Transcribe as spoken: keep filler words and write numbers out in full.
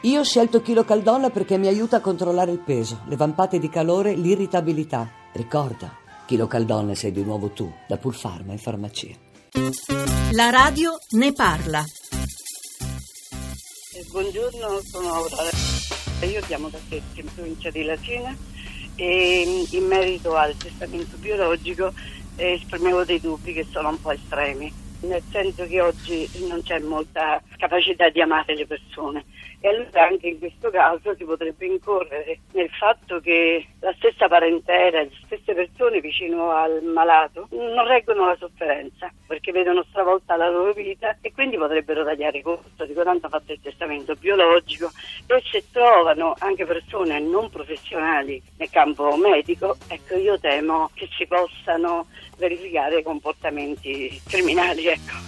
Io ho scelto Kilocaldonna perché mi aiuta a controllare il peso, le vampate di calore, l'irritabilità. Ricorda, Kilocaldonna sei di nuovo tu, da Pulpharma in farmacia. La radio ne parla. Buongiorno, sono Aurora. Io chiamo da Secchi, in provincia di Latina, e in merito al testamento biologico eh, esprimevo dei dubbi che sono un po' estremi, nel senso che oggi non c'è molta capacità di amare le persone, e allora anche in questo caso si potrebbe incorrere nel fatto che la stessa parentela, le stesse persone vicino al malato non reggono la sofferenza perché vedono stravolta la loro vita, e quindi potrebbero tagliare corto. Dico, tanto ha fatto il testamento biologico, e se trovano anche persone non professionali nel campo medico, ecco, io temo che si possano verificare comportamenti criminali, ecco.